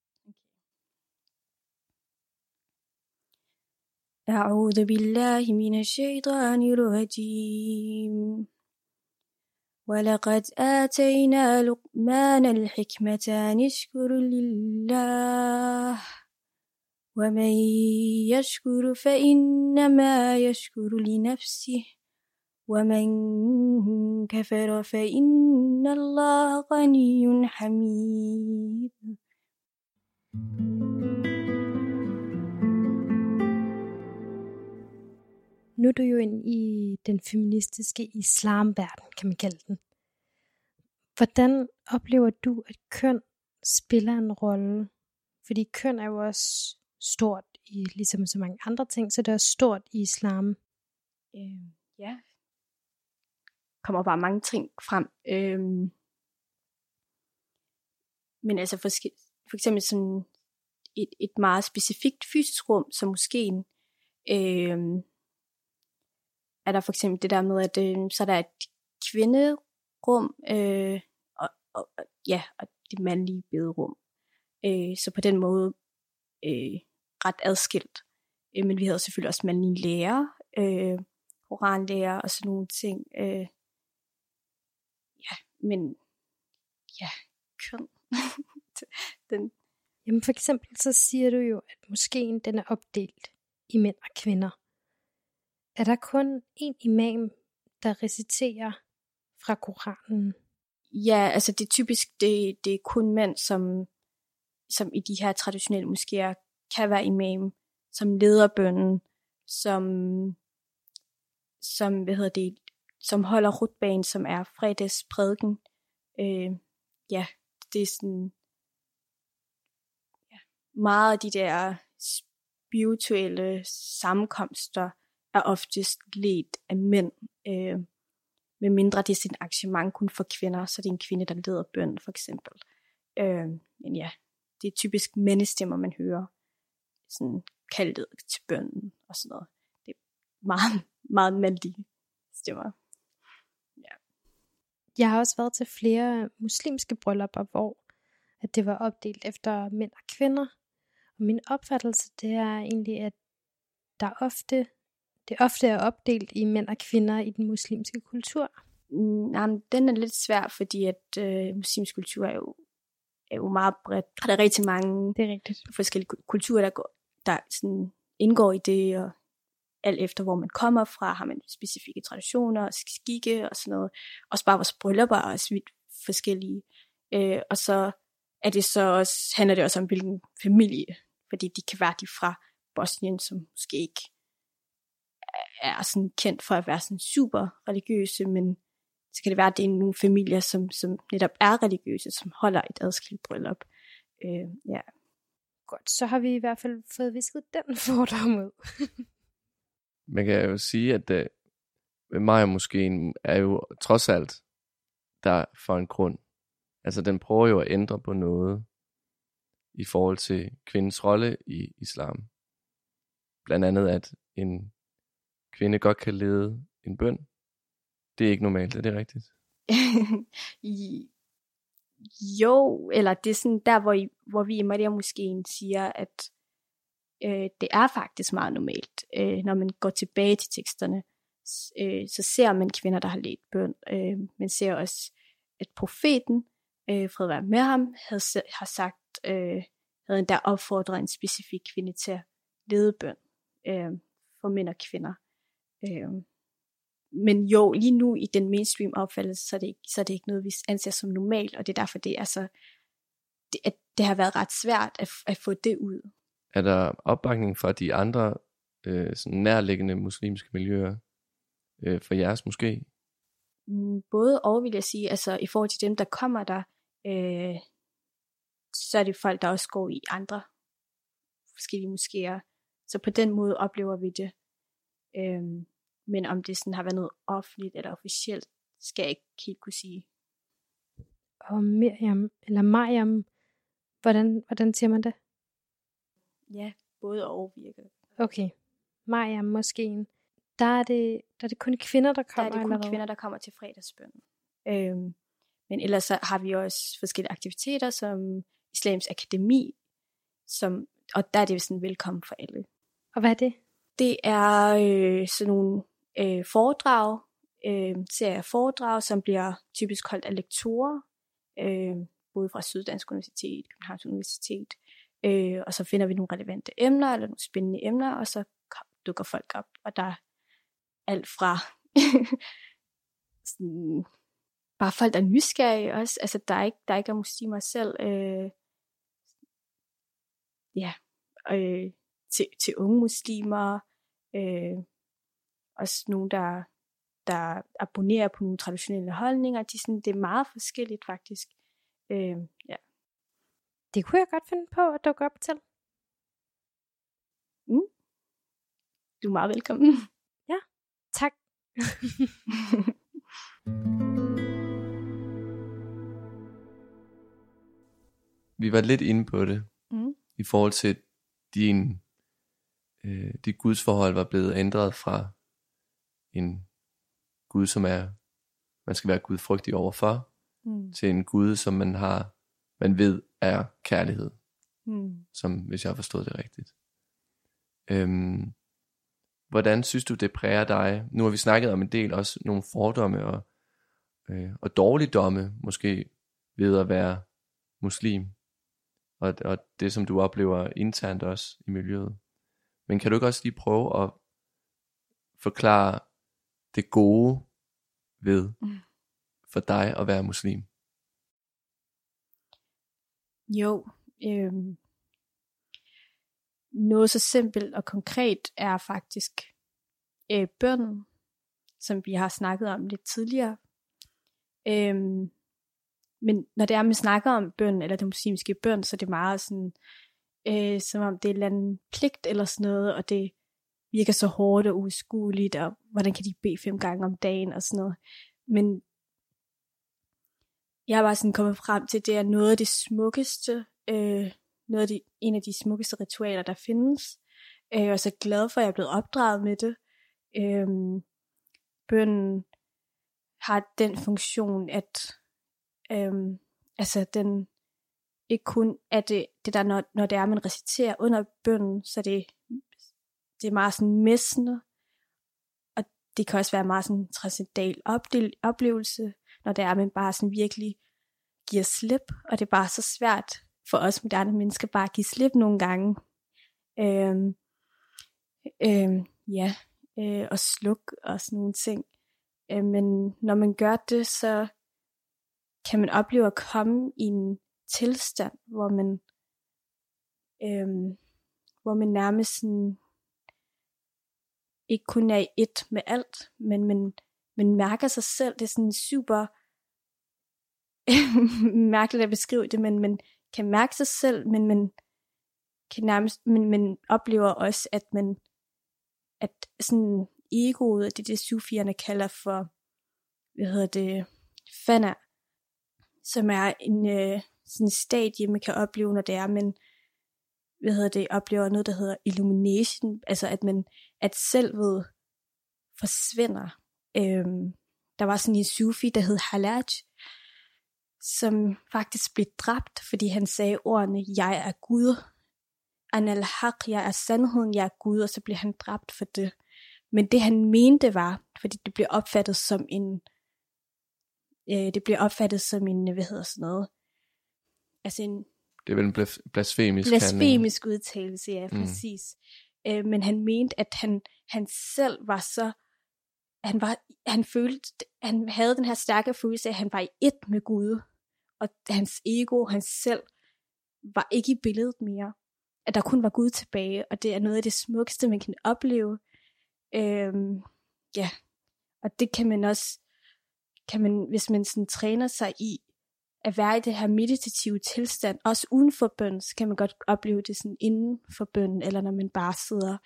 B: أعوذ بالله من الشيطان الرجيم ولقد آتينا لقمان الحكمة أن يشكر لله ومن يشكر فإنما يشكر لنفسه ومن كفر فإن الله غني حميد.
A: Nu er du jo inde i den feministiske islamverden, kan man kalde den. Hvordan oplever du, at køn spiller en rolle? Fordi køn er jo også stort i, ligesom så mange andre ting, så det er også stort i islam.
B: Øh, ja. Kommer bare mange ting frem. Øh, men altså for, for eksempel sådan et, et meget specifikt fysisk rum, som moskeen, øh, er der for eksempel det der med, at øh, så er der et kvinderum, øh, og, og, ja, og det mandlige bederum. Øh, så på den måde øh, ret adskilt. Øh, men vi havde selvfølgelig også mandlige lærer, øh, koranlærer og sådan nogle ting. Øh, ja, men ja, køn. den.
A: Jamen for eksempel så siger du jo, at moskeen den er opdelt i mænd og kvinder. Er der kun en imam, der reciterer fra Koranen?
B: Ja, altså det er typisk, det, det er kun mænd, som, som i de her traditionelle moskéer kan være imam, som leder bønnen, som, som, hvad hedder det, som holder rutbanen, som er fredagsprædiken. Øh, ja, det er sådan, ja, meget af de der spirituelle sammenkomster er oftest ledt af mænd, øh, med mindre det er sådan et arrangement kun for kvinder, så det er en kvinde, der leder bønnen for eksempel. Øh, men ja, det er typisk mandestemmer, man hører, sådan kaldet til bønnen og sådan noget. Det er meget, meget mandlige stemmer. Ja.
A: Jeg har også været til flere muslimske bryllupper, hvor at det var opdelt efter mænd og kvinder. Og min opfattelse, det er egentlig, at der ofte Det ofte er opdelt i mænd og kvinder i den muslimske kultur.
B: Mm, jamen, den er lidt svær, fordi at øh, muslimsk kultur er jo, er jo meget bredt. Der er rigtig mange
A: det er rigtigt.
B: forskellige kulturer, der, går, der sådan indgår i det, og alt efter hvor man kommer fra, har man specifikke traditioner og skikke og sådan noget. Også bare vores bryllupper er også vidt forskellige. Øh, og så er det så også, handler det også om hvilken familie, fordi de kan være de fra Bosnien, som måske ikke er sådan kendt for at være sådan super religiøse, men så kan det være, at det er nogle familier, som, som netop er religiøse, som holder et adskilt bryllup. Øh, ja.
A: Godt, så har vi i hvert fald fået visket den fordom ud.
C: Man kan jo sige, at uh, Mariamoskeen er jo trods alt der for en grund. Altså den prøver jo at ændre på noget i forhold til kvindens rolle i islam. Blandt andet, at en kvinde godt kan lede en bøn. Det er ikke normalt, er det rigtigt?
B: Jo, eller det er sådan der, hvor, I, hvor vi i Mariamoskeen siger, at øh, det er faktisk meget normalt. Øh, når man går tilbage til teksterne, øh, så ser man kvinder, der har ledt bøn. Øh, man ser også, at profeten, øh, fred være med ham, havde, har sagt, øh, havde endda opfordret en specifik kvinde til at lede bøn øh, for mænd og kvinder. Øh, Men jo, lige nu i den mainstream opfattelse, så er det ikke, så er det ikke noget, vi anser som normalt, og det er derfor, det er så, det, at det har været ret svært at, at få det ud.
C: Er der opbakning fra de andre øh, sådan nærliggende muslimske miljøer øh, for jeres måske?
B: Både og, vil jeg sige, altså i forhold til dem, der kommer der, øh, så er det folk, der også går i andre forskellige moskéer. Så på den måde oplever vi det. Øh, Men om det sådan har været noget offentligt eller officielt, skal jeg ikke helt kunne sige.
A: Og Miriam, eller Mariam, hvordan, hvordan siger man det?
B: Ja, både og virker.
A: Okay, Mariam moskeen. Der er det, der er det kun kvinder, der
B: Der
A: kommer?
B: er det kun
A: eller hvad?
B: kvinder, der kommer til fredagsbøn. Øhm, men ellers så har vi også forskellige aktiviteter, som Islams Akademi, som, og der er det jo sådan velkommen for alle.
A: Og hvad er det?
B: Det er øh, sådan nogle øh, foredrag, øh, serier af foredrag, som bliver typisk holdt af lektorer, øh, både fra Syddansk Universitet, Københavns Universitet, øh, og så finder vi nogle relevante emner, eller nogle spændende emner, og så dukker folk op, og der er alt fra sådan, bare folk, der er nysgerrige også, altså der er ikke, der er ikke er muslimer selv, øh, ja, øh, til, til unge muslimer, øh, også nogen, der, der abonnerer på nogle traditionelle holdninger. De, sådan, det er meget forskelligt faktisk. Øh, ja.
A: Det kunne jeg godt finde på at dukke op til.
B: Mm. Du er meget velkommen.
A: Ja, tak.
C: Vi var lidt inde på det,
B: Mm.
C: i forhold til din, øh, dit gudsforhold var blevet ændret fra en Gud, som er, man skal være gudfrygtig overfor,
B: Mm.
C: til en Gud, som man har, man ved er kærlighed,
B: Mm.
C: som hvis jeg har forstået det rigtigt. Øhm, hvordan synes du, det præger dig? Nu har vi snakket om en del, også nogle fordomme og, øh, og dårligdomme, måske ved at være muslim, og, og det, som du oplever internt også i miljøet. Men kan du ikke også lige prøve at forklare det gode ved
B: Mm.
C: for dig at være muslim?
B: Jo, øh, noget så simpelt og konkret er faktisk øh, bønnen, som vi har snakket om lidt tidligere. Øh, men når det er, man snakker om bøn, eller det muslimske bøn, så er det meget sådan, øh, som om det er en eller anden pligt eller sådan noget, og det virker så hårdt og uiskueligt, og hvordan kan de bede fem gange om dagen og sådan noget. Men jeg er bare sådan kommet frem til, at det er noget af det smukkeste, øh, noget af de, en af de smukkeste ritualer, der findes. Øh, og så glad for, at jeg er blevet opdraget med det. Øh, bønnen har den funktion, at øh, altså den ikke kun er det, det der, når, når det er, man reciterer under bønnen, så det, det er meget sådan messende, og det kan også være meget sådan en transcendental oplevelse, når det er, at man bare sådan virkelig giver slip, og det er bare så svært for os moderne mennesker bare at give slip nogle gange. Øhm, øhm, ja, øh, og sluk og sådan nogle ting. Øh, men når man gør det, så kan man opleve at komme i en tilstand, hvor man, øhm, hvor man nærmest sådan, ikke kun er i et med alt, men man, man mærker sig selv. Det er sådan super mærkeligt at beskrive det, men man kan mærke sig selv, men man, kan nærmest, men man oplever også, at man, at sådan egoet, det det sufierne kalder for, hvad hedder det, fana, som er en øh, sådan stadie, man kan opleve, når det er, men hvad hedder det, oplever noget, der hedder illumination, altså at man, at selvet forsvinder. Øhm, der var sådan en sufi, der hed Halaj, som faktisk blev dræbt, fordi han sagde ordene, jeg er Gud, an al-haq, jeg er sandheden, jeg er Gud, og så blev han dræbt for det. Men det han mente var, fordi det blev opfattet som en, øh, det blev opfattet som en, hvad hedder sådan noget, altså en,
C: det er vel en blas- blasfemisk
B: blasfemisk handling. Udtalelse, ja,
C: mm.
B: præcis. Øh, men han mente, at han, han selv var så, han var, han følte, han havde den her stærke følelse af, at han var i ét med Gud, og hans ego, hans selv, var ikke i billedet mere. At der kun var Gud tilbage, og det er noget af det smukkeste, man kan opleve. Øhm, ja, og det kan man også, kan man, hvis man sådan træner sig i, at være i det her meditative tilstand, også uden for bøn, så kan man godt opleve det sådan inden for bøn, eller når man bare sidder,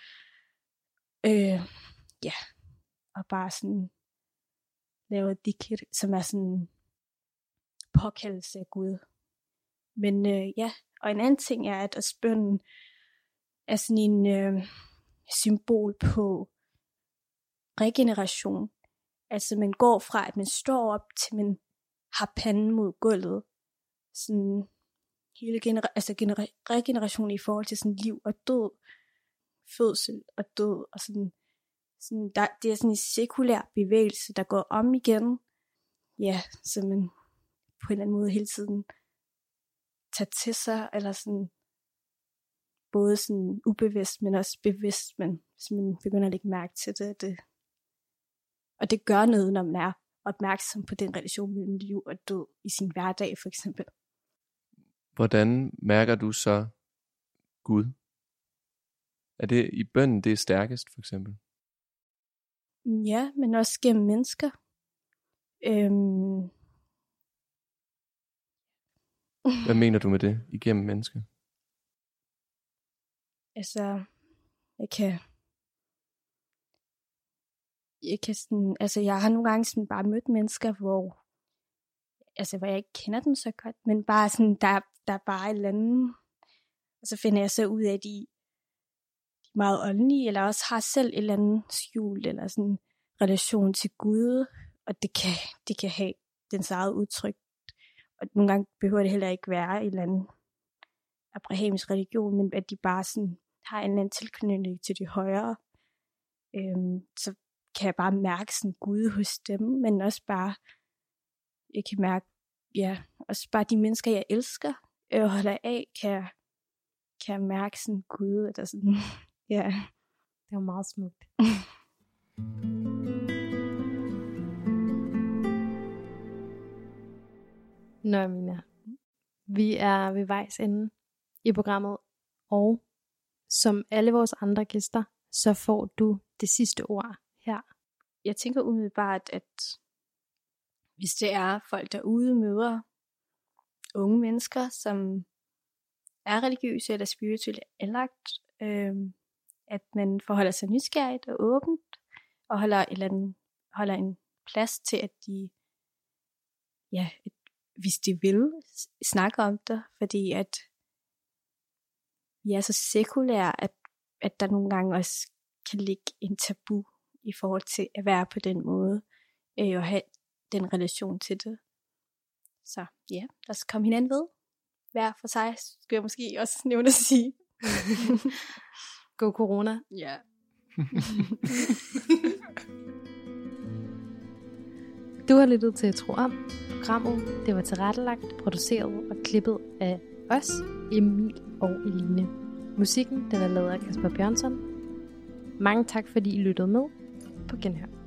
B: øh, ja, og bare sådan laver dhikr, som er sådan påkaldelse af Gud. Men øh, ja, og en anden ting er, at også bønnen er sådan en øh, symbol på regeneration. Altså man går fra, at man står op, til man har panden mod gulvet. Sådan hele genera- altså genera- regeneration i forhold til sådan liv og død, fødsel og død, og sådan, sådan der, det er sådan en sekulær bevægelse, der går om igen. Ja, så man på en eller anden måde hele tiden tager til sig, eller sådan både sådan ubevidst, men også bevidst, men hvis man begynder at lægge mærke til det, det og det gør noget, når man er opmærksom på den relation mellem liv og død i sin hverdag, for eksempel.
C: Hvordan mærker du så Gud? Er det i bønnen, det er stærkest, for eksempel?
B: Ja, men også gennem mennesker. Øhm...
C: Hvad mener du med det, igennem mennesker?
B: Altså, jeg kan... Jeg kan sådan, altså jeg har nogle gange sådan bare mødt mennesker, hvor, altså hvor jeg ikke kender dem så godt, men bare sådan, der, der er bare et eller andet, og så finder jeg så ud af, at de, de er meget åndelige, eller også har selv et eller andet skjult, eller sådan relation til Gud, og det kan, det kan have dens eget udtryk, og nogle gange behøver det heller ikke være et eller andet abrahamisk religion, men at de bare sådan har en eller anden tilknytning til de højere, øhm, så kan jeg bare mærke sådan Gud hos dem, men også bare, jeg kan mærke, ja, også bare de mennesker, jeg elsker, og holder af, kan jeg, kan jeg mærke sådan Gud, eller sådan, ja.
A: Det er meget smukt. Nå, Amina, vi er ved vejs ende i programmet, og som alle vores andre gæster, så får du det sidste ord her.
B: Jeg tænker umiddelbart, at hvis det er folk derude møder unge mennesker, som er religiøse eller spirituelle anlagt, øh, at man forholder sig nysgerrigt og åbent, og holder, eller en, holder en plads til, at de, ja, at, hvis de vil, snakke om det, fordi at vi er så sekulære, at, at der nogle gange også kan ligge en tabu i forhold til at være på den måde, øh, og have den relation til det. Så ja, lad os komme hinanden ved. Hver for sig, skal jeg måske også nævne at sige.
A: God corona.
B: Ja.
A: Du har lyttet til Tro Om. Programmet, det var tilrettelagt, produceret og klippet af os, Emil og Eline. Musikken, den er lavet af Kasper Bjørnsson. Mange tak, fordi I lyttede med. På genhør.